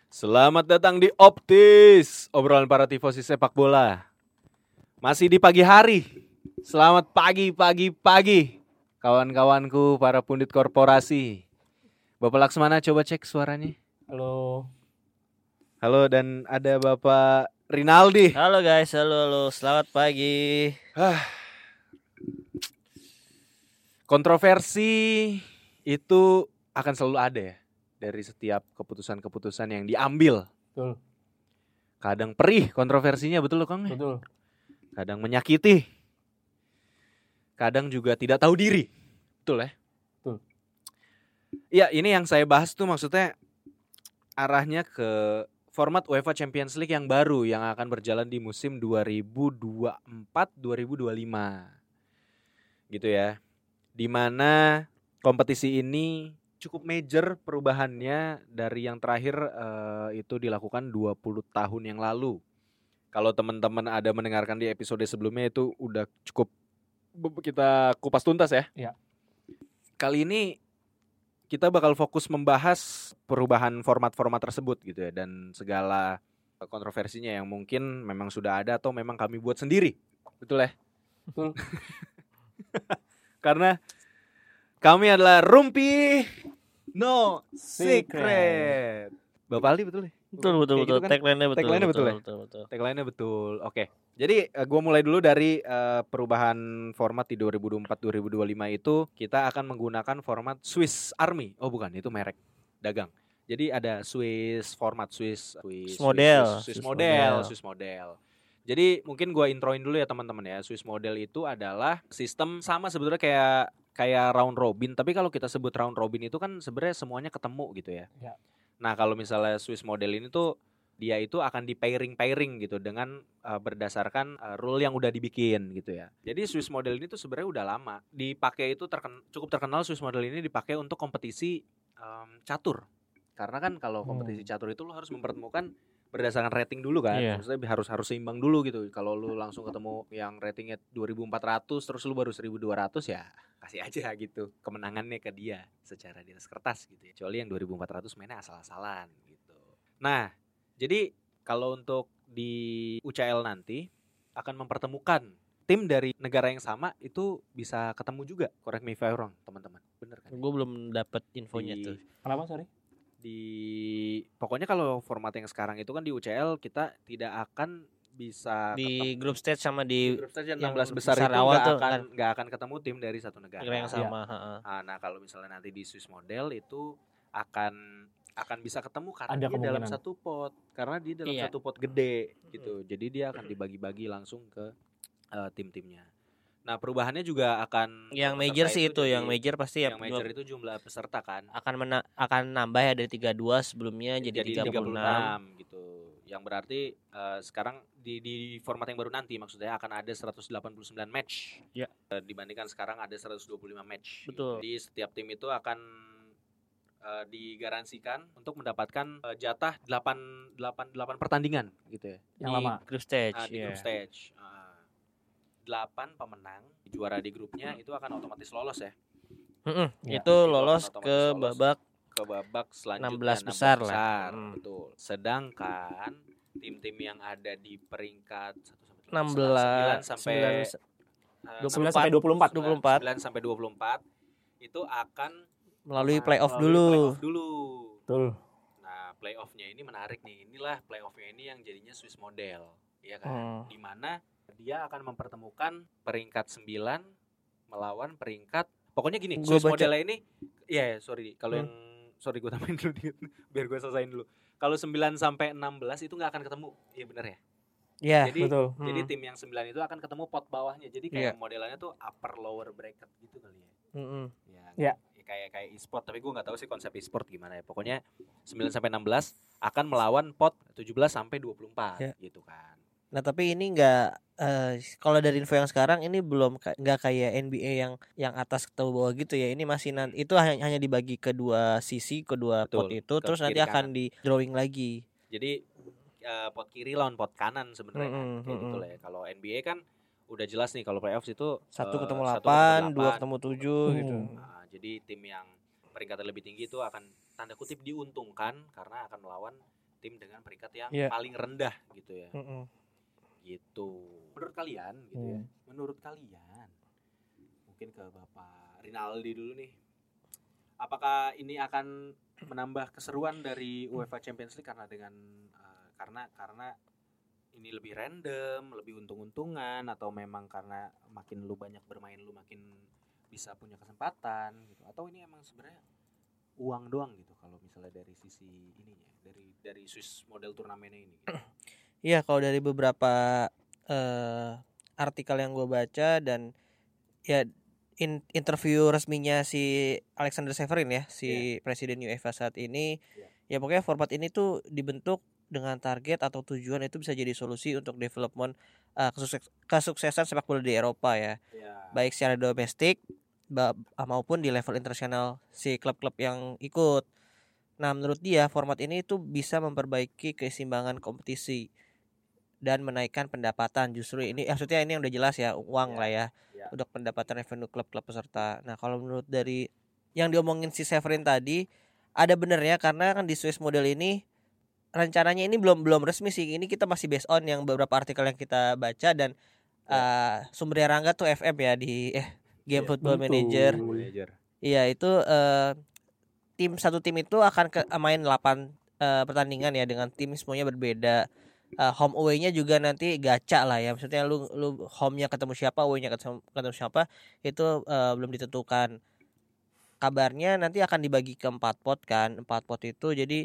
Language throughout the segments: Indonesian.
Selamat datang di Optis, obrolan para tifosi sepak bola. Masih di pagi hari. Selamat pagi, kawan-kawanku para pundit korporasi. Bapak Laksmana coba cek suaranya. Halo. Halo, dan ada Bapak Rinaldi. Halo guys, halo, selamat pagi. Kontroversi itu akan selalu ada ya dari setiap keputusan-keputusan yang diambil. Betul. Kadang perih kontroversinya, betul loh Kang? Betul. Kadang menyakiti. Kadang juga tidak tahu diri. Betul ya? Betul. Ya, ini yang saya bahas tuh maksudnya arahnya ke format UEFA Champions League yang baru yang akan berjalan di musim 2024-2025. Gitu ya. Di mana kompetisi ini cukup major perubahannya dari yang terakhir itu dilakukan 20 tahun yang lalu. Kalau teman-teman ada mendengarkan di episode sebelumnya itu udah cukup kita kupas tuntas ya. Iya. Kali ini kita bakal fokus membahas perubahan format-format tersebut gitu ya, dan segala kontroversinya yang mungkin memang sudah ada atau memang kami buat sendiri. Betul ya? Betul. Karena kami adalah Rumpi No Secret. Bapak Aldi betul ya? Betul. Gitu kan? Tagline-nya betul. Tagline-nya betul ya? Betul. Tagline-nya betul. Oke. Jadi gue mulai dulu dari perubahan format di 2024-2025 itu kita akan menggunakan format Swiss Army. Oh bukan, itu merek dagang. Jadi ada Swiss format, Swiss model. Jadi mungkin gue introin dulu ya teman-teman ya. Swiss model itu adalah sistem sama sebetulnya kayak round robin. Tapi kalau kita sebut round robin itu kan sebenarnya semuanya ketemu gitu ya. Ya. Nah kalau misalnya Swiss model ini tuh dia itu akan di pairing gitu dengan berdasarkan rule yang udah dibikin gitu ya. Jadi Swiss model ini tuh sebenarnya udah lama dipakai, itu cukup terkenal. Swiss model ini dipakai untuk kompetisi catur. Karena kan kalau kompetisi catur itu lo harus mempertemukan berdasarkan rating dulu kan. Iya. Maksudnya harus seimbang dulu gitu. Kalau lu langsung ketemu yang ratingnya 2.400 terus lu baru 1.200 ya kasih aja gitu kemenangannya ke dia secara di atas kertas gitu ya. Kecuali yang 2.400 mainnya asal-asalan gitu. Nah, jadi kalau untuk di UCL nanti akan mempertemukan tim dari negara yang sama itu bisa ketemu juga. Correct me if I'm wrong, teman-teman. Bener kan? Gue belum dapat infonya tuh. Kenapa, sorry? Pokoknya kalau format yang sekarang itu kan di UCL kita tidak akan bisa Di grup stage sama di grup stage yang 16 besar itu awal tuh nggak akan ketemu tim dari satu negara yang sama. Nah kalau misalnya nanti di Swiss model itu akan bisa ketemu karena Ada dia dalam kemungkinan. satu pot, karena dia dalam Iya. satu pot gede gitu. Jadi dia akan dibagi-bagi langsung ke tim-timnya. Nah perubahannya juga akan Yang major sih itu, yang major pasti yang major itu jumlah peserta kan akan nambah ya dari 32 sebelumnya jadi 36 gitu. Yang berarti sekarang di format yang baru nanti maksudnya akan ada 189 match. Ya. Dibandingkan sekarang ada 125 match. Betul. Jadi setiap tim itu akan digaransikan untuk mendapatkan jatah 8 pertandingan gitu ya. Yang lama. Group stage. Di group stage. 8 pemenang juara di grupnya itu akan otomatis lolos ya. Ya. Itu lolos ke babak selanjutnya 16 besar lah. Betul. Sedangkan tim-tim yang ada di peringkat 16 sampai 19 sampai 24. 9 sampai 24 itu akan melalui playoff dulu. Betul. Nah, playoff-nya ini menarik nih. Inilah playoff-nya ini yang jadinya Swiss model, ya kan? Di mana dia akan mempertemukan peringkat 9 melawan peringkat. Pokoknya gini, Swiss modelnya ini kalau yang gue tambahin dulu dikit, biar gue selesain dulu. Kalau 9 sampai 16 itu enggak akan ketemu. Iya benar ya? Iya, betul. Jadi tim yang 9 itu akan ketemu pot bawahnya. Jadi kayak modelannya tuh upper lower bracket gitu kali ya. Ya. Kayak e-sport, tapi gue enggak tahu sih konsep e-sport gimana ya. Pokoknya 9 sampai 16 akan melawan pot 17 sampai 24 gitu kan. Nah, tapi ini enggak kalau dari info yang sekarang ini belum enggak kayak NBA yang atas ketemu bawah gitu ya. Ini masih itu hanya dibagi kedua sisi, kedua pot itu, terus nanti akan di drawing lagi. Jadi pot kiri lawan pot kanan sebenarnya kan. Kayak gitu lah ya. Kalau NBA kan udah jelas nih, kalau playoffs itu 1 ketemu 8, 2 ketemu 7 gitu. Nah, jadi tim yang peringkatnya lebih tinggi itu akan tanda kutip diuntungkan karena akan melawan tim dengan peringkat yang Iya. paling rendah gitu ya. Mm-mm. Gitu. Menurut kalian gitu ya. Menurut kalian mungkin ke Bapak Rinaldi dulu nih. Apakah ini akan menambah keseruan dari UEFA Champions League karena karena ini lebih random, lebih untung-untungan, atau memang karena makin lu banyak bermain lu makin bisa punya kesempatan gitu, atau ini emang sebenarnya uang doang gitu kalau misalnya dari sisi ininya, dari Swiss model turnamennya ini gitu. Iya, kalau dari beberapa artikel yang gue baca dan ya interview resminya si Alexander Severin ya, si presiden UEFA saat ini, ya pokoknya format ini tuh dibentuk dengan target atau tujuan itu bisa jadi solusi untuk development kesuksesan sepak bola di Eropa ya. Baik secara domestik maupun di level internasional si klub-klub yang ikut. Nah, menurut dia format ini tuh bisa memperbaiki keseimbangan kompetisi dan menaikkan pendapatan. Justru ini maksudnya ini yang udah jelas ya, uang lah ya untuk pendapatan revenue klub-klub peserta. Nah, kalau menurut dari yang diomongin si Severin tadi ada benernya, karena kan di Swiss model ini rencananya ini belum resmi sih. Ini kita masih based on yang beberapa artikel yang kita baca dan sumbernya Rangga tuh FM ya di Game Football Manager. Iya, itu satu tim itu akan main 8 pertandingan ya dengan tim semuanya berbeda. Home away-nya juga nanti gacha lah ya. Maksudnya lu home-nya ketemu siapa, away-nya ketemu siapa itu belum ditentukan. Kabarnya nanti akan dibagi ke 4 pot kan. 4 pot itu jadi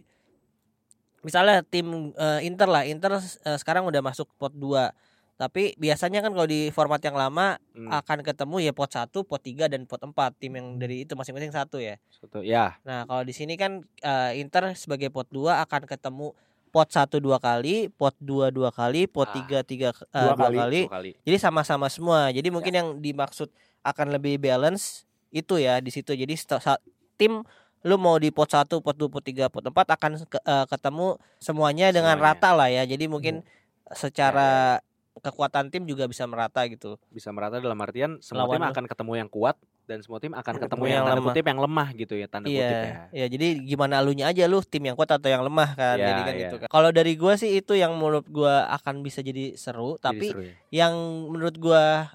misalnya tim Inter sekarang udah masuk pot 2. Tapi biasanya kan kalau di format yang lama akan ketemu ya pot 1, pot 3 dan pot 4. Tim yang dari itu masing-masing satu ya. Ya. Nah, kalau di sini kan Inter sebagai pot 2 akan ketemu pot 1 2 kali, pot 2 2 kali, pot 3 2 kali. Jadi sama-sama semua. Jadi mungkin yang dimaksud akan lebih balance itu ya di situ. Jadi tim lu mau di pot 1, pot 2, pot 3, pot 4 akan ketemu semuanya dengan rata lah ya. Jadi mungkin secara kekuatan tim juga bisa merata gitu. Bisa merata dalam artian semua tim akan ketemu yang kuat dan semua tim akan ketemu yang tanda kutip yang lemah gitu ya, tanda kutip ya. Iya, jadi gimana elunya aja lu tim yang kuat atau yang lemah kan. Jadi kan gitu kan. Kalau dari gua sih itu yang menurut gua akan bisa jadi seru, tapi yang menurut gua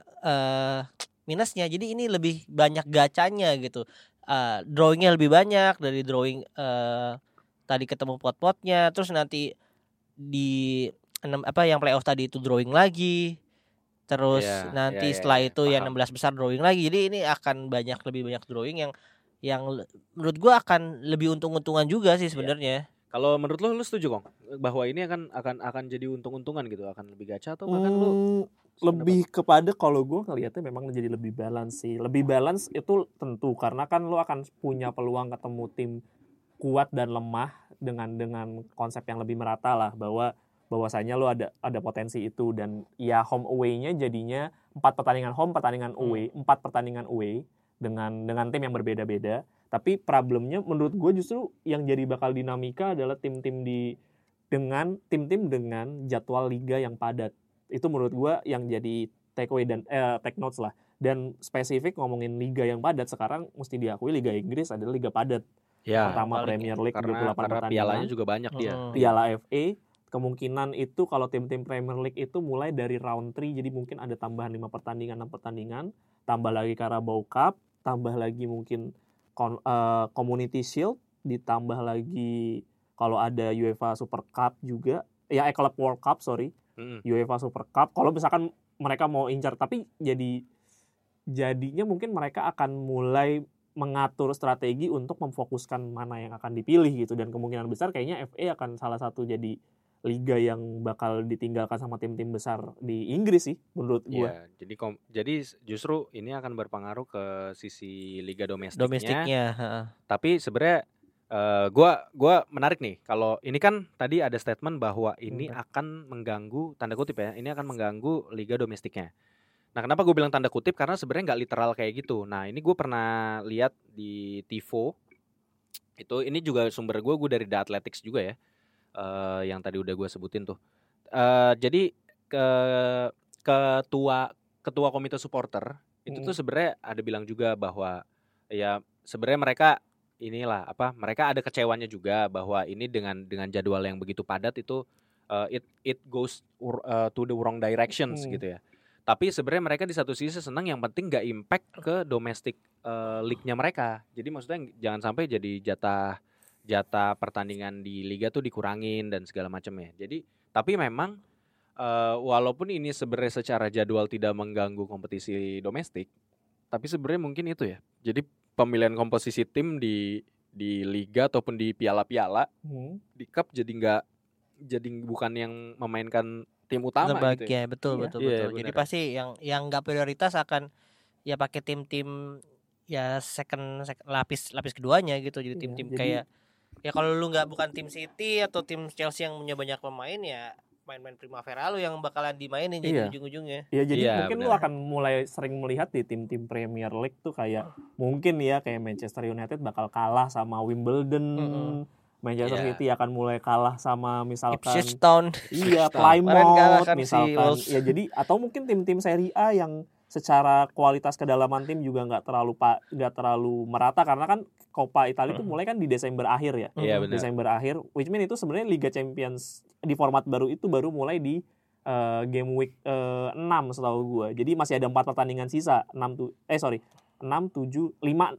minusnya jadi ini lebih banyak gacanya gitu. Drawingnya lebih banyak dari drawing tadi ketemu pot-potnya, terus nanti di yang playoff tadi itu drawing lagi, terus nanti setelah itu yang 16 besar drawing lagi. Jadi ini akan lebih banyak drawing yang menurut gua akan lebih untung-untungan juga sih sebenarnya. Kalau menurut lu setuju Kong bahwa ini akan jadi untung-untungan gitu, akan lebih gacha atau bahkan lu lebih kepada kalau gue ngelihatnya memang jadi lebih balance sih. Lebih balance itu tentu karena kan lo akan punya peluang ketemu tim kuat dan lemah dengan konsep yang lebih merata lah, bahwasanya lo ada potensi itu. Dan ya home away-nya jadinya 4 pertandingan home, pertandingan away, 4 pertandingan away dengan tim yang berbeda-beda. Tapi problemnya menurut gue justru yang jadi bakal dinamika adalah tim-tim dengan jadwal liga yang padat. Itu menurut gue yang jadi take away dan take notes lah. Dan spesifik ngomongin liga yang padat, sekarang mesti diakui Liga Inggris adalah liga padat. Pertama Premier League 28 pertandingan. Pialanya juga banyak dia. Piala FA kemungkinan itu kalau tim-tim Premier League itu mulai dari round 3, jadi mungkin ada tambahan 5 pertandingan, 6 pertandingan, tambah lagi Carabao Cup, tambah lagi mungkin Community Shield, ditambah lagi kalau ada UEFA Super Cup juga, Club World Cup UEFA Super Cup. Kalau misalkan mereka mau incar, tapi jadinya mungkin mereka akan mulai mengatur strategi untuk memfokuskan mana yang akan dipilih gitu. Dan kemungkinan besar kayaknya FA akan salah satu jadi liga yang bakal ditinggalkan sama tim-tim besar di Inggris sih menurut gue. Jadi justru ini akan berpengaruh ke sisi liga domestiknya. Tapi sebenarnya gua menarik nih kalau ini kan tadi ada statement bahwa ini akan mengganggu, tanda kutip ya, ini akan mengganggu liga domestiknya. Nah, kenapa gue bilang tanda kutip? Karena sebenarnya nggak literal kayak gitu. Nah, ini gue pernah lihat di Tifo. Ini juga sumber gue dari The Athletics juga ya. Yang tadi udah gue sebutin tuh. Jadi ketua komite supporter itu tuh sebenarnya ada bilang juga bahwa ya sebenarnya mereka inilah apa mereka ada kecewanya juga bahwa ini dengan jadwal yang begitu padat itu it goes to the wrong directions gitu ya. Tapi sebenarnya mereka di satu sisi senang yang penting nggak impact ke domestic league-nya mereka. Jadi maksudnya jangan sampai jadi jatah pertandingan di liga tuh dikurangin dan segala macam ya. Jadi tapi memang walaupun ini sebenarnya secara jadwal tidak mengganggu kompetisi domestik, tapi sebenarnya mungkin itu ya. Jadi pemilihan komposisi tim di liga ataupun di piala-piala di cup jadi bukan yang memainkan tim utama gitu ya. Betul. Iya, Jadi bener. pasti yang nggak prioritas akan ya pakai tim-tim ya second lapis keduanya gitu. Jadi tim-tim kayak ya kalau lu bukan tim City atau tim Chelsea yang punya banyak pemain ya main-main Primavera lu yang bakalan dimainin jadi ujung-ujungnya. Iya, jadi Iya, mungkin benar. lu akan mulai sering melihat di tim-tim Premier League tuh kayak mungkin ya kayak Manchester United bakal kalah sama Wimbledon. Manchester City akan mulai kalah sama misalkan Ipswich Town. Plymouth misalkan. Ya jadi atau mungkin tim-tim Serie A yang secara kualitas kedalaman tim juga nggak terlalu merata karena kan Coppa Italia itu mulai kan di Desember akhir ya. Iya, benar. Desember akhir, which mean itu sebenarnya Liga Champions di format baru itu baru mulai di game week 6 setahu gue. Jadi masih ada 4 pertandingan sisa. 5, 6, 7,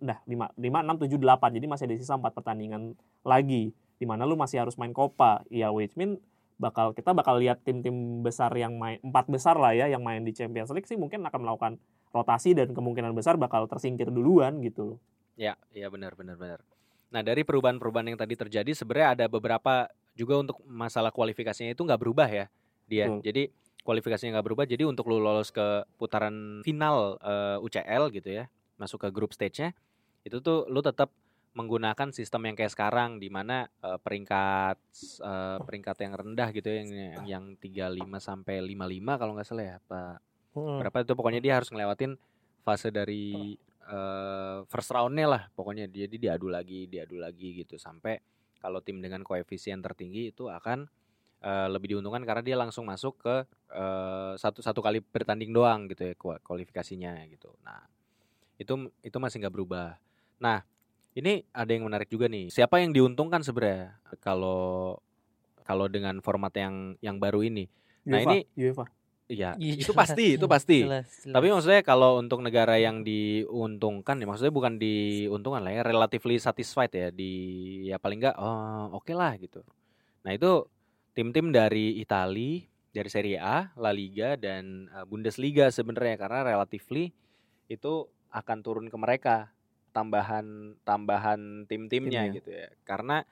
8. Jadi masih ada sisa 4 pertandingan lagi. Di mana lu masih harus main Coppa. Ya which mean kita bakal lihat tim-tim besar yang main 4 besar lah ya yang main di Champions League sih mungkin akan melakukan rotasi dan kemungkinan besar bakal tersingkir duluan gitu loh. Ya benar. Nah dari perubahan-perubahan yang tadi terjadi sebenarnya ada beberapa juga untuk masalah kualifikasinya itu nggak berubah ya dia. Jadi kualifikasinya nggak berubah. Jadi untuk lu lolos ke putaran final UCL gitu ya, masuk ke group stage-nya itu tuh lu tetap menggunakan sistem yang kayak sekarang di mana peringkat yang rendah gitu ya, yang 35 sampai 55 kalau nggak salah ya berapa itu pokoknya dia harus ngelewatin fase dari first round-nya lah pokoknya. Jadi diadu lagi gitu sampai kalau tim dengan koefisien tertinggi itu akan lebih diuntungkan karena dia langsung masuk ke satu kali bertanding doang gitu ya kualifikasinya gitu. Nah itu masih nggak berubah. Nah ini ada yang menarik juga nih. Siapa yang diuntungkan sebenarnya kalau dengan format yang baru ini? UEFA. Iya, itu pasti. Jelas. Tapi maksudnya kalau untuk negara yang diuntungkan ya maksudnya bukan diuntungkan lah ya, relatively satisfied ya ya paling enggak oke lah gitu. Nah, itu tim-tim dari Italia, dari Serie A, La Liga dan Bundesliga sebenarnya karena relatively itu akan turun ke mereka tambahan tim-timnya gitu ya. Karena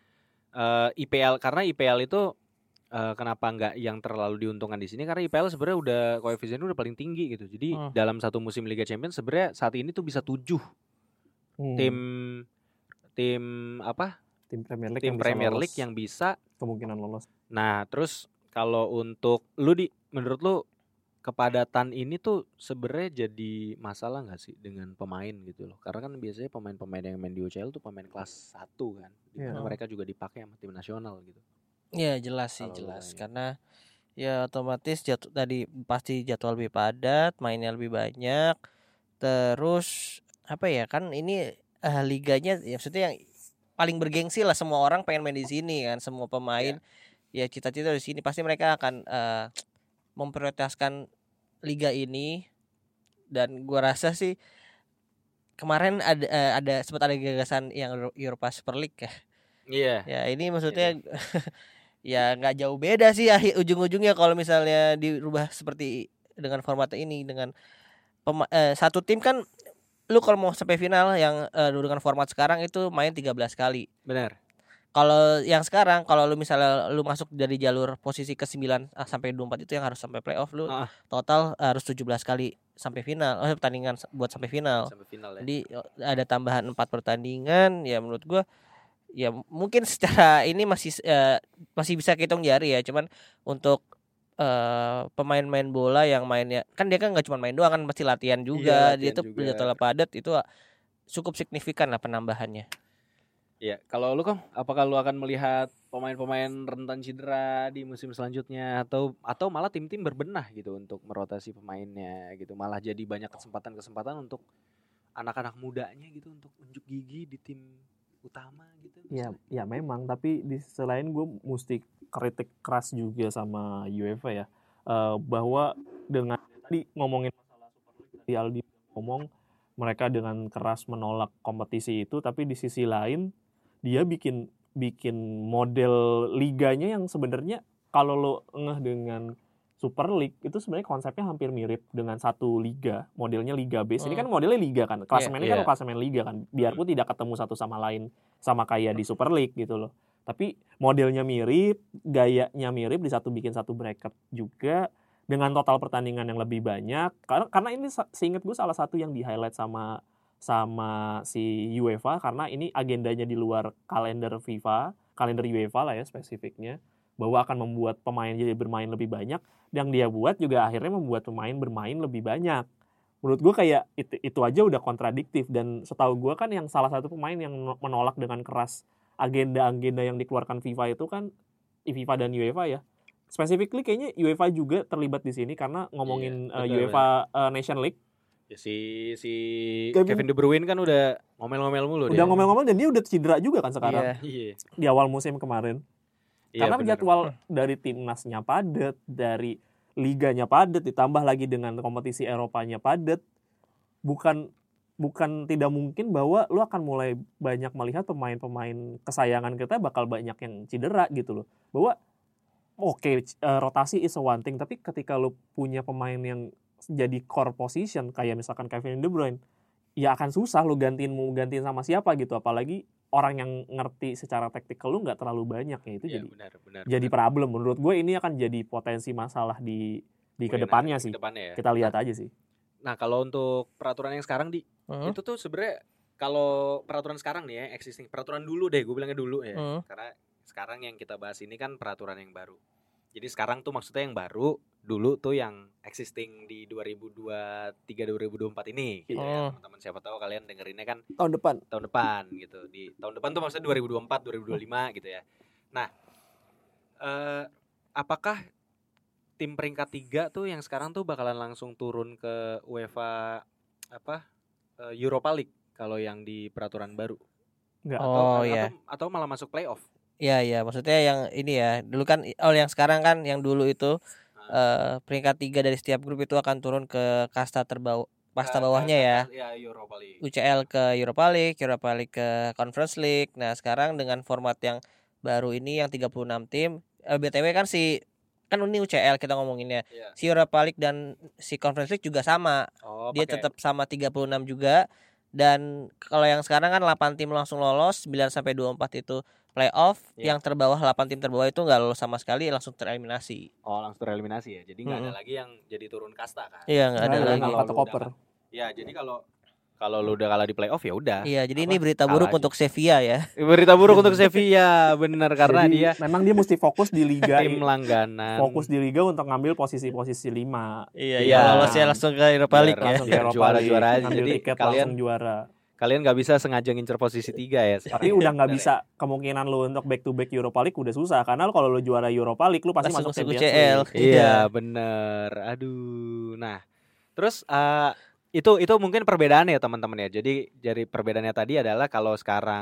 IPL itu kenapa nggak yang terlalu diuntungkan di sini karena IPL sebenarnya udah koefisiennya udah paling tinggi gitu. Jadi dalam satu musim Liga Champions sebenarnya saat ini tuh bisa 7 tim Premier League yang bisa kemungkinan lolos. Nah, terus kalau untuk menurut lu kepadatan ini tuh sebenarnya jadi masalah nggak sih dengan pemain gitu loh? Karena kan biasanya pemain-pemain yang main di UCL tuh pemain kelas 1 kan, dimana mereka juga dipakai sama tim nasional gitu. Iya jelas karena ya otomatis tadi pasti jadwal lebih padat, mainnya lebih banyak, terus apa ya kan ini liganya ya maksudnya yang paling bergengsi lah, semua orang pengen main di sini kan, semua pemain ya cita-cita di sini pasti mereka akan memprioritaskan liga ini. Dan gua rasa sih kemarin ada sempat ada gagasan yang Europa Super League ya. Iya. Ya ini maksudnya ya nggak jauh beda sih ujung-ujungnya kalau misalnya dirubah seperti dengan format ini dengan satu tim kan lu kalau mau sampai final yang dengan format sekarang itu main 13 kali. Benar. Kalau yang sekarang kalau lu misalnya lu masuk dari jalur posisi ke-9 sampai 24 itu yang harus sampai playoff lu total harus 17 kali sampai final. Pertandingan buat sampai final. Ya. Jadi ada tambahan 4 pertandingan ya menurut gua ya mungkin secara ini masih bisa hitung jari ya, cuman untuk pemain-pemain bola yang mainnya kan dia kan nggak cuma main doang kan, pasti latihan juga, dia tuh jadwal padat, itu cukup signifikan lah penambahannya. Ya kalau lu kok apakah lu akan melihat pemain-pemain rentan cedera di musim selanjutnya atau malah tim-tim berbenah gitu untuk merotasi pemainnya gitu, malah jadi banyak kesempatan untuk anak-anak mudanya gitu untuk unjuk gigi di tim utama gitu. Ya memang, tapi di sisi lain gue mesti kritik keras juga sama UEFA ya. Bahwa dengan tadi ngomongin masalah Super League, tadi Aldi ngomong mereka dengan keras menolak kompetisi itu, tapi di sisi lain dia bikin model liganya yang sebenarnya kalau lo ngeh dengan Super League itu sebenarnya konsepnya hampir mirip dengan satu liga, modelnya Liga base. Ini kan modelnya liga kan, klasemennya kan klasemen liga kan, biarpun tidak ketemu satu sama lain sama kayak di Super League gitu loh. Tapi modelnya mirip, gayanya mirip, di satu bikin satu bracket juga dengan total pertandingan yang lebih banyak. Karena ini seingat gue salah satu yang di highlight sama si UEFA, karena ini agendanya di luar kalender FIFA, kalender UEFA lah ya spesifiknya, bahwa akan membuat pemain jadi bermain lebih banyak. Yang dia buat juga akhirnya membuat pemain bermain lebih banyak. Menurut gue kayak itu aja udah kontradiktif. Dan setahu gue kan yang salah satu pemain yang menolak dengan keras agenda-agenda yang dikeluarkan FIFA itu kan FIFA dan UEFA ya. Specifically kayaknya UEFA juga terlibat di sini karena ngomongin UEFA Nation League. Ya, si Kevin De Bruyne kan udah ngomel-ngomel mulu. Udah ngomel-ngomel dan dia udah cedera juga kan sekarang. Iya. Di awal musim kemarin. Karena jadwal dari timnasnya padat, dari liganya padat, ditambah lagi dengan kompetisi Eropanya padat, bukan tidak mungkin bahwa lu akan mulai banyak melihat pemain-pemain kesayangan kita bakal banyak yang cedera gitu loh. Bahwa rotasi is a one thing, tapi ketika lu punya pemain yang jadi core position kayak misalkan Kevin De Bruyne, ya akan susah lu gantiin sama siapa gitu, apalagi orang yang ngerti secara taktikal lu nggak terlalu banyak ya, itu jadi problem. Menurut gue ini akan jadi potensi masalah di kedepannya sih. Ya. Kita lihat aja sih. Nah kalau untuk peraturan yang sekarang itu tuh sebenarnya kalau peraturan sekarang nih ya, existing peraturan dulu deh, gue bilangnya dulu ya, karena sekarang yang kita bahas ini kan peraturan yang baru. Jadi sekarang tuh maksudnya yang baru, dulu tuh yang existing di 2023-2024 ini gitu ya, teman-teman. Siapa tahu kalian dengerinnya kan tahun depan gitu. Di tahun depan tuh maksudnya 2024-2025 gitu ya. Nah, apakah tim peringkat 3 tuh yang sekarang tuh bakalan langsung turun ke UEFA Europa League kalau yang di peraturan baru? Enggak. Atau malah masuk playoff? Iya, maksudnya yang ini ya, dulu kan yang sekarang kan yang dulu itu peringkat 3 dari setiap grup itu akan turun ke kasta bawahnya ya. Europa League. UCL ke Europa League ke Conference League. Nah, sekarang dengan format yang baru ini yang 36 tim, BTW kan ini UCL kita ngomonginnya. Si Europa League dan si Conference League juga sama. Dia tetap sama 36 juga. Dan kalau yang sekarang kan 8 tim langsung lolos, 9 sampai 24 itu playoff, yang terbawah 8 tim terbawah itu nggak lolos sama sekali, langsung tereliminasi. Langsung tereliminasi ya. Jadi nggak ada lagi yang jadi turun kasta kan? Iya, nggak ada lagi. Kalau koper. Ya, jadi kalau lu udah kalah di playoff ya udah. Iya, jadi ini berita buruk untuk Sevilla ya. Berita buruk untuk Sevilla, benar, karena jadi, memang dia mesti fokus di liga. Tim langganan. Fokus di liga untuk ngambil posisi 5. Iya. Lolosnya langsung ke Europa League ya. Juara aja. Jadi kalian juara. Kalian nggak bisa sengaja ngincer posisi 3 ya. Tapi udah nggak bisa, kemungkinan lu untuk back to back Europa League udah susah, karena kalau lu juara Europa League lu pasti masuk UCL. Iya, bener. Aduh. Nah, terus itu mungkin perbedaan ya teman-teman ya. Jadi perbedaannya tadi adalah kalau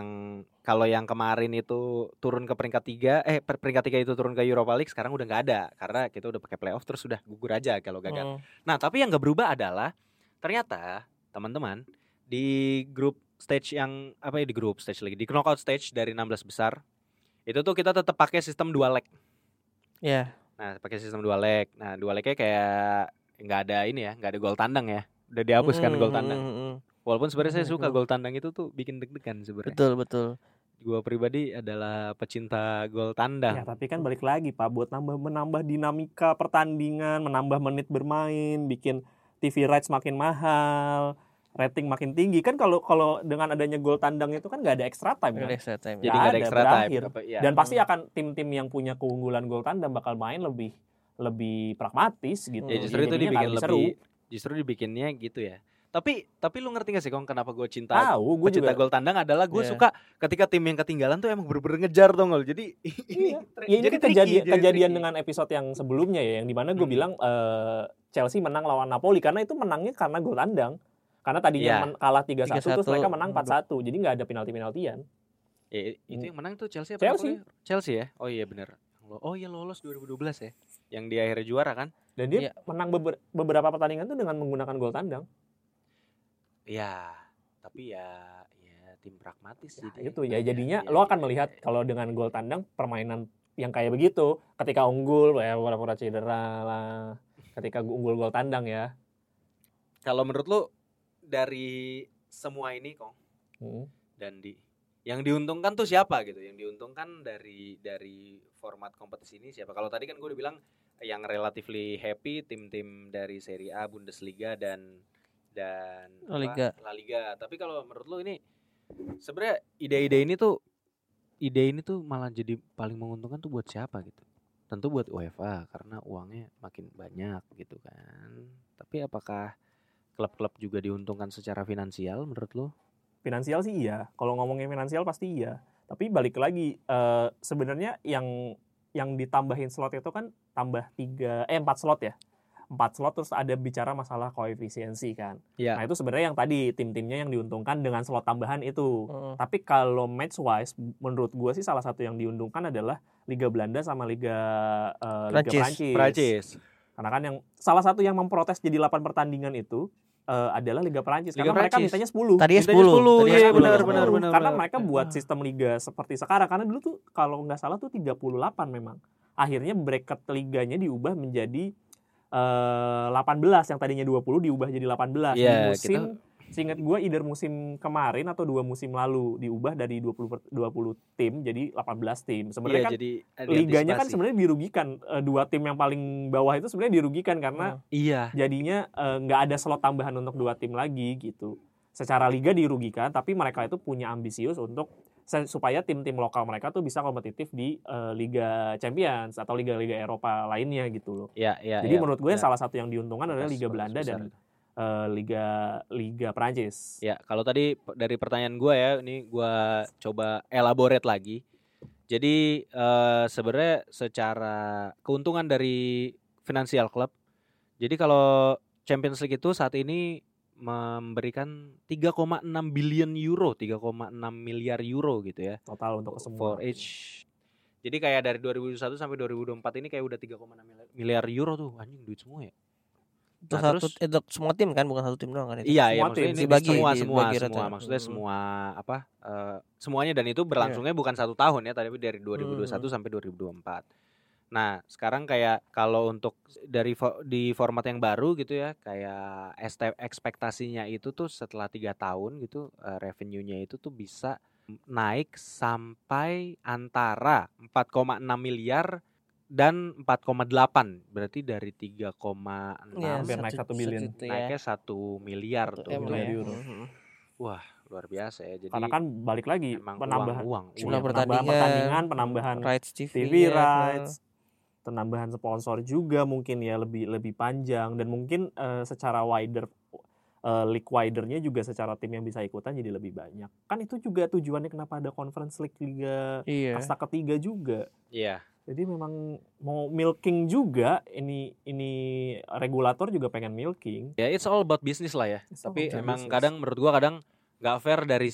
yang kemarin itu turun ke peringkat 3, peringkat 3 itu turun ke Europa League, sekarang udah nggak ada karena kita udah pakai playoff, terus udah gugur aja kalau gagal. Nah, tapi yang nggak berubah adalah ternyata teman-teman di grup stage yang di grup stage lagi, di knockout stage dari 16 besar itu tuh kita tetap pakai sistem 2 leg. Iya. Nah, pakai sistem 2 leg. Nah, 2 legnya kayak nggak ada gol tandang ya. Udah dihapuskan gol tandang. Walaupun sebenarnya saya suka gol tandang itu tuh bikin deg-degan sebenarnya. Betul. Gua pribadi adalah pecinta gol tandang. Ya, tapi kan balik lagi Pak, buat menambah dinamika pertandingan, menambah menit bermain, bikin TV rights makin mahal, rating makin tinggi. Kan kalau dengan adanya gol tandang itu kan nggak ada extra time kan? Jadi nggak ada extra time. Dan pasti akan tim-tim yang punya keunggulan gol tandang bakal main lebih pragmatis gitu. Ya, justru itu dibikin lebih seru. Justru dibikinnya gitu ya. Tapi lu ngerti gak sih Kong kenapa gue cinta gol tandang adalah gue suka ketika tim yang ketinggalan tuh emang bener-bener ngejar dong. Jadi ini kejadian dengan episode yang sebelumnya ya, yang dimana gue bilang Chelsea menang lawan Napoli karena itu menangnya karena gol tandang. Karena tadinya kalah 3-1 terus mereka menang 4-1. Jadi nggak ada penalti-penaltian. Itu yang menang tuh Chelsea apa Chelsea. Napoli? Chelsea ya? Oh iya benar. Oh iya lolos 2012 ya. Yang di akhirnya juara kan? Dan dia menang beberapa pertandingan tuh dengan menggunakan gol tandang. Iya, tapi ya tim pragmatis Nah, jadi. itu ya jadinya lo akan melihat kalau dengan gol tandang permainan yang kayak begitu, ketika unggul ya pura-pura cedera lah. Ketika unggul gol tandang ya. Kalau menurut lo dari semua ini Kong dan yang diuntungkan tuh siapa gitu? Yang diuntungkan dari format kompetisi ini siapa? Kalau tadi kan gue udah bilang yang relatively happy tim-tim dari Serie A, Bundesliga dan La Liga. La Liga. Tapi kalau menurut lo ini sebenarnya ide ini tuh malah jadi paling menguntungkan tuh buat siapa gitu? Tentu buat UEFA karena uangnya makin banyak gitu kan. Tapi apakah klub-klub juga diuntungkan secara finansial menurut lo? Finansial sih iya. Kalau ngomongin finansial pasti iya. Tapi balik lagi sebenarnya yang ditambahin slot itu kan tambah 4 slot ya. 4 slot terus ada bicara masalah koefisiensi kan. Ya. Nah itu sebenarnya yang tadi tim-timnya yang diuntungkan dengan slot tambahan itu. Tapi kalau match wise menurut gue sih salah satu yang diuntungkan adalah Liga Belanda sama Liga Prancis. Karena kan yang salah satu yang memprotes jadi 8 pertandingan itu adalah Liga Prancis karena mereka mintanya 10. Tadinya 10. Iya benar. Karena mereka buat sistem liga seperti sekarang karena dulu tuh kalau nggak salah tuh 38 memang. Akhirnya bracket liganya diubah menjadi 18 yang tadinya 20 diubah jadi 18 di musim seingat gue either musim kemarin atau 2 musim lalu diubah dari 20 tim jadi 18 tim. Sebenarnya kan jadi liganya kan sebenarnya dirugikan. 2 tim yang paling bawah itu sebenarnya dirugikan karena jadinya nggak ada slot tambahan untuk 2 tim lagi gitu. Secara liga dirugikan tapi mereka itu punya ambisius untuk supaya tim-tim lokal mereka tuh bisa kompetitif di Liga Champions atau liga-liga Eropa lainnya gitu loh. Jadi menurut gue salah satu yang diuntungkan adalah Liga Belanda dan Liga Prancis. Ya, kalau tadi dari pertanyaan gue ya, ini gue coba elaborate lagi. Jadi sebenarnya secara keuntungan dari financial club, jadi kalau Champions League itu saat ini memberikan 3,6 billion euro, 3,6 miliar euro gitu ya. Total untuk semua. For each. Jadi kayak dari 2021 sampai 2024 ini kayak udah 3,6 miliar euro tuh, anjing duit semua ya. Nah, itu semua tim kan, bukan satu tim doang kan itu. Iya, maksudnya ini dibagi semua. Maksudnya semua semuanya dan itu berlangsungnya bukan 1 tahun ya, tapi dari 2021 sampai 2024. Nah, sekarang kayak kalau untuk di format yang baru gitu ya, kayak ekspektasinya itu tuh setelah 3 tahun gitu revenue-nya itu tuh bisa naik sampai antara 4,6 miliar dan 4,8, berarti dari 3,6 hampir naik 1 billion. Naiknya 1 miliar tuh. Euro. Wah, luar biasa ya. Jadi karena kan balik lagi penambahan jumlah pertandingan, penambahan rights TV rights, penambahan sponsor juga mungkin ya lebih panjang dan mungkin secara wider league widernya juga secara tim yang bisa ikutan jadi lebih banyak. Kan itu juga tujuannya kenapa ada Conference League Liga kasta ketiga juga. Iya. Jadi memang mau milking juga ini regulator juga pengen milking. Ya it's all about business lah ya. Tapi emang kadang menurut gua nggak fair dari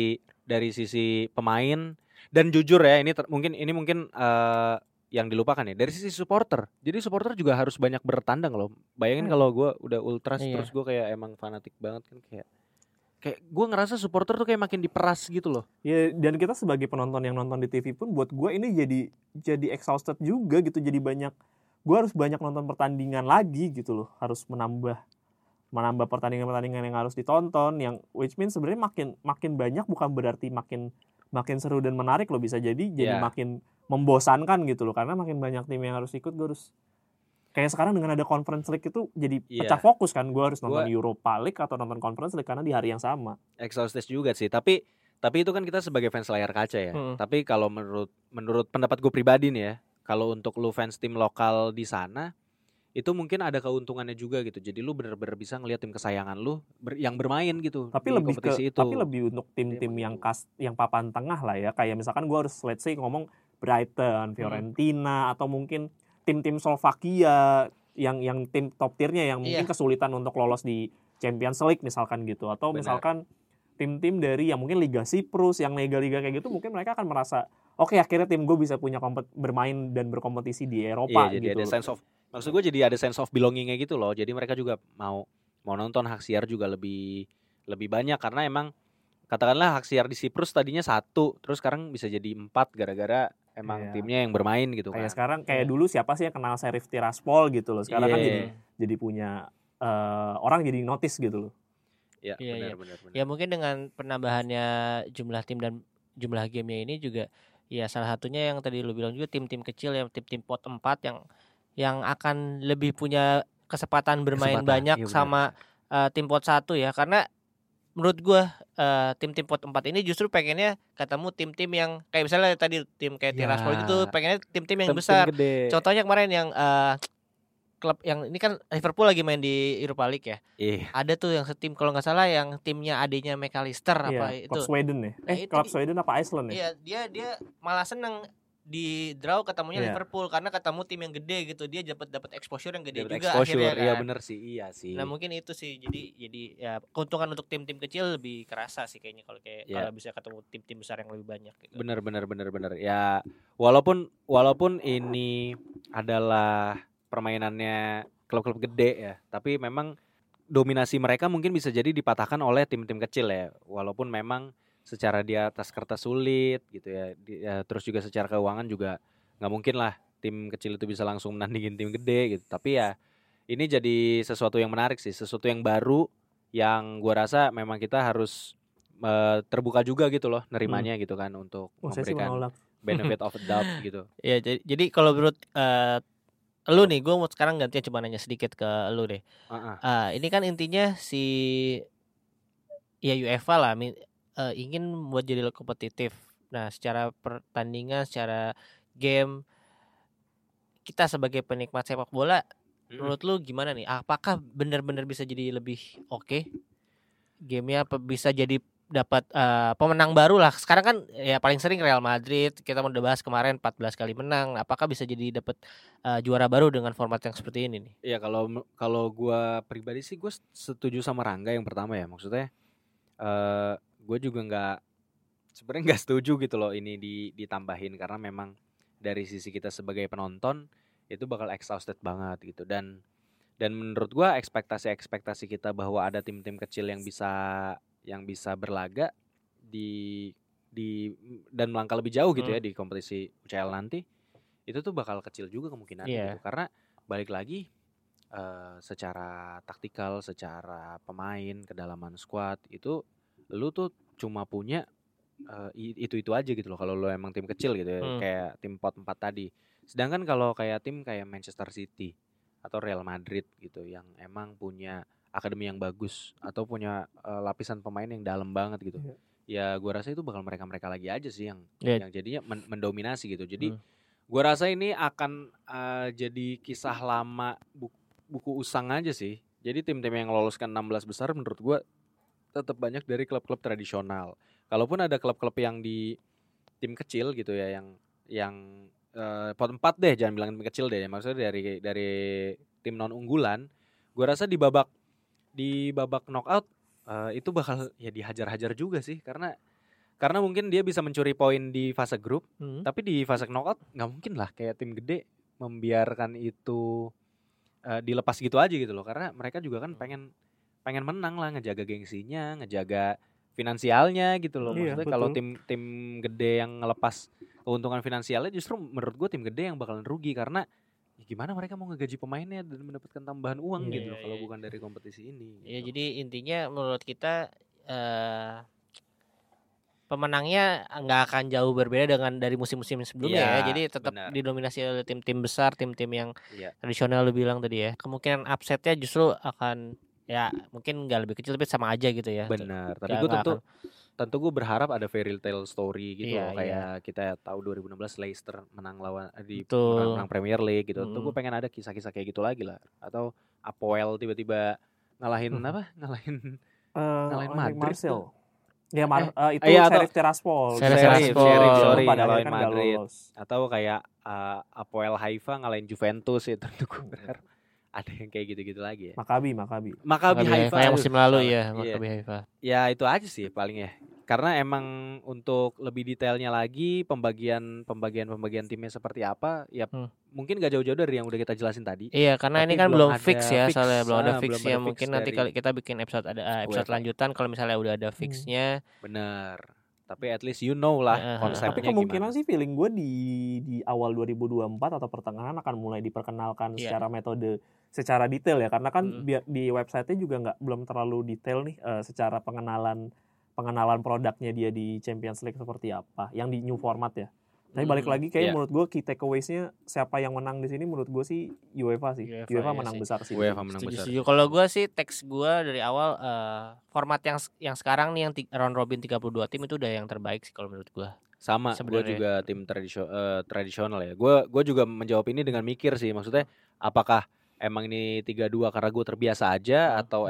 sisi pemain dan jujur ya ini mungkin yang dilupakan ya dari sisi supporter. Jadi supporter juga harus banyak bertandang loh. Bayangin kalau gue udah ultras terus gue kayak emang fanatik banget kan kayak gue ngerasa supporter tuh kayak makin diperas gitu loh. Ya dan kita sebagai penonton yang nonton di TV pun buat gue ini jadi exhausted juga gitu. Jadi gue harus banyak nonton pertandingan lagi gitu loh. Harus menambah pertandingan-pertandingan yang harus ditonton yang which means sebenarnya makin banyak bukan berarti makin seru dan menarik loh, bisa jadi makin membosankan gitu loh karena makin banyak tim yang harus ikut. Gue harus kayak sekarang dengan ada Conference League itu jadi pecah fokus kan, gue harus nonton Europa League atau nonton Conference League karena di hari yang sama. Exhausted juga sih, tapi itu kan kita sebagai fans layar kaca ya. Tapi kalau menurut pendapat gue pribadi nih ya, kalau untuk lu fans tim lokal di sana itu mungkin ada keuntungannya juga gitu. Jadi lu benar-benar bisa ngelihat tim kesayangan lu yang bermain gitu. Tapi lebih untuk tim-tim yang papan tengah lah ya. Kayak misalkan gue harus let's say ngomong Brighton, Fiorentina atau mungkin tim-tim Slovakia yang tim top tiernya yang mungkin kesulitan untuk lolos di Champions League misalkan gitu atau misalkan tim-tim dari yang mungkin Liga Siprus, yang liga-liga kayak gitu, mungkin mereka akan merasa oke, akhirnya tim gue bisa punya bermain dan berkompetisi di Eropa Iya, jadi gitu. ada sense of, maksud gue jadi ada sense of belongingnya gitu loh. Jadi mereka juga mau nonton, hak siar juga lebih banyak, karena emang katakanlah hak siar di Siprus tadinya 1, terus sekarang bisa jadi 4 gara-gara emang timnya yang bermain gitu kan. Kayak sekarang kayak dulu siapa sih yang kenal Sheriff Tiraspol gitu loh. Sekarang kan jadi punya orang jadi notice gitu loh. Iya, Iya, benar. Ya mungkin dengan penambahannya jumlah tim dan jumlah gamenya ini juga ya salah satunya yang tadi lu bilang juga tim-tim kecil yang tim-tim pot 4 yang akan lebih punya kesempatan bermain banyak iya sama tim pot 1 ya, karena menurut gua tim-tim pot 4 ini justru pengennya ketemu tim-tim yang kayak misalnya tadi tim kayak Tiraspol gitu, pengennya tim-tim yang besar. Contohnya kemarin yang klub yang ini kan Liverpool lagi main di Europa League ya. Ada tuh yang setim kalau nggak salah yang timnya adanya McAllister apa itu. Klub Sweden ya. Klub Sweden apa Iceland ya? Iya, dia malah seneng di draw ketemunya Liverpool karena ketemu tim yang gede gitu. Dia dapat exposure yang gede juga akhirnya kan. Iya bener sih, iya sih. Nah, mungkin itu sih. Jadi ya keuntungan untuk tim-tim kecil lebih kerasa sih kayaknya kalau bisa ketemu tim-tim besar yang lebih banyak gitu. Bener. Ya walaupun ini adalah permainannya klub-klub gede ya, tapi memang dominasi mereka mungkin bisa jadi dipatahkan oleh tim-tim kecil ya, walaupun memang secara di atas kertas sulit gitu ya, terus juga secara keuangan juga nggak mungkin lah tim kecil itu bisa langsung menandingin tim gede gitu. Tapi ya ini jadi sesuatu yang menarik sih, sesuatu yang baru yang gua rasa memang kita harus terbuka juga gitu loh nerimanya gitu kan, untuk memberikan benefit of the doubt gitu. Ya jadi kalau menurut lu nih, gue mau sekarang gantian cuma nanya sedikit ke lu deh. Ini kan intinya ya UEFA lah ingin buat jadi lebih kompetitif. Nah, secara pertandingan, secara game, kita sebagai penikmat sepak bola, menurut lu gimana nih? Apakah benar-benar bisa jadi lebih oke gamenya? Apa bisa jadi dapat pemenang baru lah. Sekarang kan ya paling sering Real Madrid, kita udah bahas kemarin 14 kali menang. Apakah bisa jadi dapat juara baru dengan format yang seperti ini nih? Iya, kalau gue pribadi sih gue setuju sama Rangga yang pertama ya. Maksudnya gue juga sebenarnya nggak setuju gitu loh ini ditambahin, karena memang dari sisi kita sebagai penonton itu bakal exhausted banget gitu, dan menurut gue ekspektasi kita bahwa ada tim-tim kecil yang bisa berlaga dan melangkah lebih jauh gitu ya di kompetisi UCL nanti, itu tuh bakal kecil juga kemungkinan gitu, karena balik lagi secara taktikal, secara pemain, kedalaman squad itu lu tuh cuma punya itu aja gitu loh kalau lu emang tim kecil gitu ya, kayak tim pot 4 tadi. Sedangkan kalau kayak tim kayak Manchester City atau Real Madrid gitu yang emang punya akademi yang bagus atau punya lapisan pemain yang dalam banget gitu, ya gue rasa itu bakal mereka lagi aja sih yang jadinya mendominasi gitu. Jadi gue rasa ini akan jadi kisah lama buku usang aja sih. Jadi tim-tim yang loloskan 16 besar menurut gue tetap banyak dari klub-klub tradisional. Kalaupun ada klub-klub yang di tim kecil gitu ya, yang pot 4 deh, jangan bilang tim kecil deh, maksudnya dari tim non unggulan, gue rasa di babak knockout itu bakal ya dihajar-hajar juga sih, karena mungkin dia bisa mencuri poin di fase grup, tapi di fase knockout nggak mungkin lah kayak tim gede membiarkan itu dilepas gitu aja gitu loh, karena mereka juga kan pengen menang lah, ngejaga gengsinya, ngejaga finansialnya gitu loh. Maksudnya kalau tim gede yang ngelepas keuntungan finansialnya, justru menurut gue tim gede yang bakalan rugi, karena ya gimana mereka mau ngegaji pemainnya dan mendapatkan tambahan uang gitu loh kalau bukan dari kompetisi ini. Ya gitu. Jadi intinya menurut kita pemenangnya nggak akan jauh berbeda dengan dari musim-musim sebelumnya ya. Jadi tetap didominasi oleh tim-tim besar, tim-tim yang tradisional lu bilang tadi ya. Kemungkinan upsetnya justru akan ya mungkin nggak lebih kecil tapi sama aja gitu ya. Benar. Tapi gue tentu gue berharap ada fairy tale story gitu loh, kayak kita tahu 2016 Leicester menang menang Premier League gitu. Tentu gue pengen ada kisah-kisah kayak gitu lagi lah. Atau Apoel tiba-tiba ngalahin Madrid. Ya itu Sheriff Tiraspol. Ngalahin Madrid. Atau kayak Apoel Haifa ngalahin Juventus, itu tentu gue berharap ada yang kayak gitu-gitu lagi ya. Maccabi Maccabi Haifa yang musim lalu salah. ya, Iya. Maccabi Haifa. Ya itu aja sih paling ya. Karena emang untuk lebih detailnya lagi pembagian timnya seperti apa ya mungkin gak jauh-jauh dari yang udah kita jelasin tadi. Iya, karena Tapi ini kan belum belum ada fix ya, fix. soalnya belum ada Belum fixnya. ada fix Mungkin nanti dari kali kita bikin episode UEFA. lanjutan kalau misalnya udah ada fixnya. Bener. Tapi at least you know lah konsepnya. Tapi kemungkinan gimana. sih feeling gue di awal 2024 atau pertengahan akan mulai diperkenalkan secara metode, secara detail ya, karena kan di website-nya juga belum terlalu detail nih secara pengenalan produknya dia di Champions League seperti apa yang di new format ya. Tapi balik lagi kayak menurut gue key takeaways-nya siapa yang menang di sini menurut gue sih UEFA sih. UEFA menang besar sih. UEFA menang besar. Setuju. Kalau gue sih teks gue dari awal format yang sekarang nih yang round robin 32 tim itu udah yang terbaik sih kalau menurut gue. Sama, gue juga tim tradisional ya. Gue juga menjawab ini dengan mikir sih, maksudnya apakah emang ini 3-2 karena gue terbiasa aja atau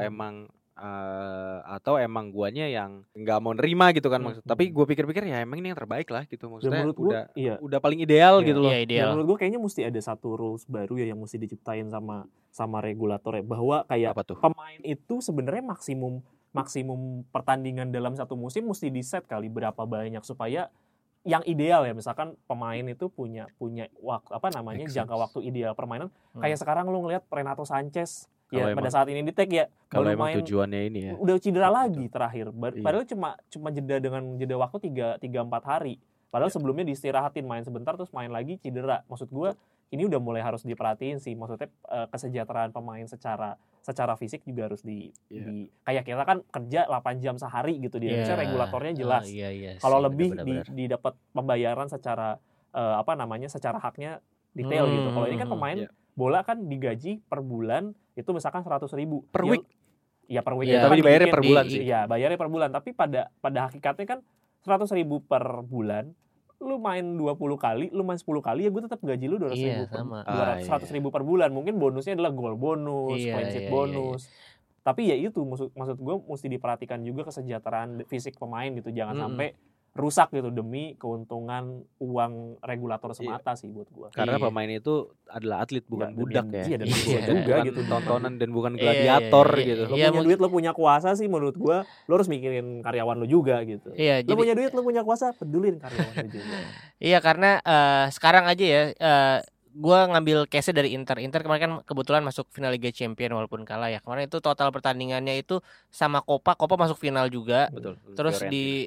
emang guanya yang nggak mau nerima gitu kan maksud. Tapi gue pikir-pikir ya emang ini yang terbaik lah gitu, maksudnya udah paling ideal gitu loh. Iya, ideal. Dan menurut gue kayaknya mesti ada satu rules baru ya yang mesti diciptain sama regulator ya, bahwa kayak pemain itu sebenarnya maksimum pertandingan dalam satu musim mesti di-set kali berapa banyak supaya yang ideal ya, misalkan pemain itu punya waktu jangka waktu ideal permainan. Kayak sekarang lu ngelihat Renato Sanchez ya pada saat ini di tag ya kalau baru emang main tujuannya ini ya udah cedera lagi terakhir. Padahal cuma jeda waktu 3-4 hari. Padahal sebelumnya diistirahatin, main sebentar terus main lagi cedera. Maksud gue ini udah mulai harus diperhatiin sih. Maksudnya kesejahteraan pemain secara fisik juga harus kayak kita kan kerja 8 jam sehari gitu dia. Misalnya regulatornya jelas. Kalau lebih didapat pembayaran secara secara haknya detail gitu. Kalau ini kan pemain bola kan digaji per bulan itu misalkan 100.000 per week. Ya per week. Tapi dibayarnya per bulan sih. Iya, bayarnya per bulan. Tapi pada hakikatnya kan 100.000 per bulan. Lu main 20 kali, lu main 10 kali ya gue tetap gaji lu 200.000 100.000 per bulan. Mungkin bonusnya adalah goal bonus, clean sheet bonus. Tapi ya itu maksud gue mesti diperhatikan juga kesejahteraan fisik pemain gitu. Jangan sampai rusak gitu demi keuntungan uang regulator semata sih buat gua. Karena pemain itu adalah atlet bukan budak ya. Iya, dan juga gitu, tontonan dan bukan gladiator gitu. Lo punya duit, lo punya kuasa sih menurut gua, lo harus mikirin karyawan lo juga gitu. Iya, lo punya duit, lo punya kuasa, pedulin karyawan lo juga. Iya, karena sekarang aja ya gue ngambil case dari Inter kemarin kan kebetulan masuk final Liga Champions walaupun kalah ya. Kemarin itu total pertandingannya itu sama Copa masuk final juga. Betul. Terus di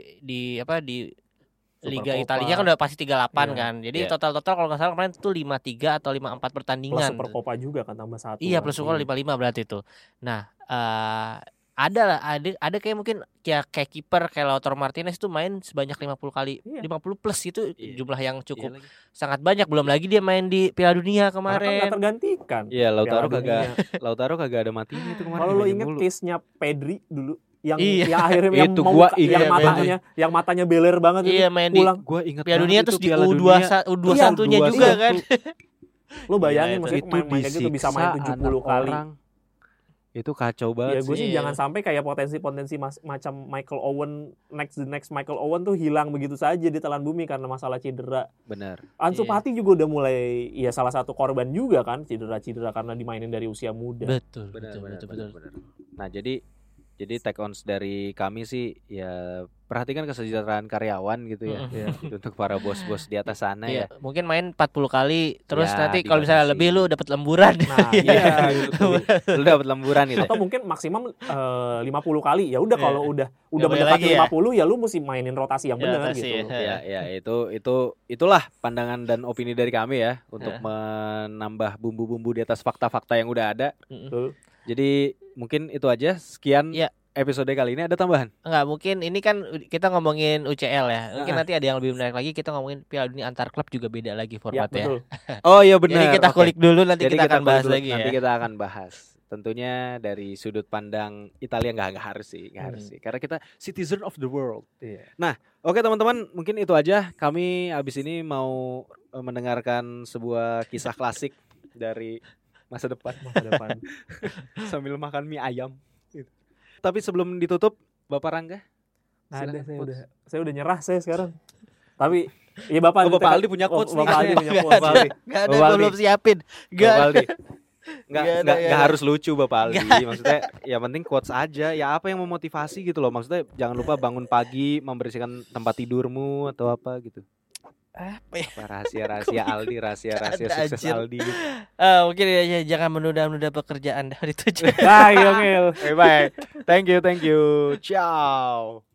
Liga Italia kan udah pasti 38 kan. Jadi total kalau nggak salah kemarin itu 53 atau 54 pertandingan. Plus Super Copa juga kan tambah 1. Iya, plus Super 55 berarti itu. Nah, ada kayak mungkin kayak kiper kayak Lautaro Martinez itu main sebanyak 50 kali. 50 plus itu jumlah yang cukup sangat banyak. Belum lagi dia main di Piala Dunia kemarin. Karena kan gak tergantikan. Iya, Lautaro kagak ada matinya itu kemarin. Kalau lo inget case-nya Pedri dulu yang akhirnya yang matanya beler banget itu main pulang. Gua ingat Piala Dunia terus di U21-nya juga kan. Lo bayangin maksudnya pemain kayak gitu bisa main 70 kali. Itu kacau banget. Ya gue sih jangan sampai kayak potensi macam Michael Owen, next Michael Owen tuh hilang begitu saja di telan bumi karena masalah cedera. Benar. Ansu Fati juga udah mulai salah satu korban juga kan cedera karena dimainin dari usia muda. Betul. Nah, jadi take ons dari kami sih ya perhatikan kesejahteraan karyawan gitu ya. Untuk para bos-bos di atas sana ya. Mungkin main 40 kali terus nanti kalau misalnya lebih lu dapat lemburan. Nah, lu dapat lemburan gitu. Atau mungkin maksimum 50 kali. Ya udah kalau udah mendekati 50 ya lu mesti mainin rotasi yang benar gitu. Ya itulah pandangan dan opini dari kami ya untuk menambah bumbu-bumbu di atas fakta-fakta yang udah ada. Jadi mungkin itu aja. Sekian episode kali ini. Ada tambahan? Enggak, mungkin ini kan kita ngomongin UCL ya. Mungkin nanti ada yang lebih menarik lagi, kita ngomongin Piala Dunia antar klub juga beda lagi formatnya. Oh iya benar. Jadi kita kulik dulu, nanti kita akan bahas lagi ya. Nanti kita akan bahas. Tentunya dari sudut pandang Italia nggak harus sih. Karena kita citizen of the world. Nah, oke teman-teman, mungkin itu aja. Kami abis ini mau mendengarkan sebuah kisah klasik dari masa depan sambil makan mie ayam. Tapi sebelum ditutup, Bapak Rangga, saya udah nyerah saya sekarang. Tapi Bapak Aldi punya quotes nih. Gak ada, belum siapin. Bapak Aldi, Nggak harus lucu Bapak Aldi. Maksudnya ya penting quotes aja. Ya apa yang memotivasi gitu loh. Maksudnya jangan lupa bangun pagi, membersihkan tempat tidurmu atau apa gitu. Apa ya? Rahasia Aldi, rahasia sukses anjir. Aldi. Mungkin ya jangan menunda-nunda pekerjaan dari tujuan. Bye, Yongil. Bye. Thank you. Ciao.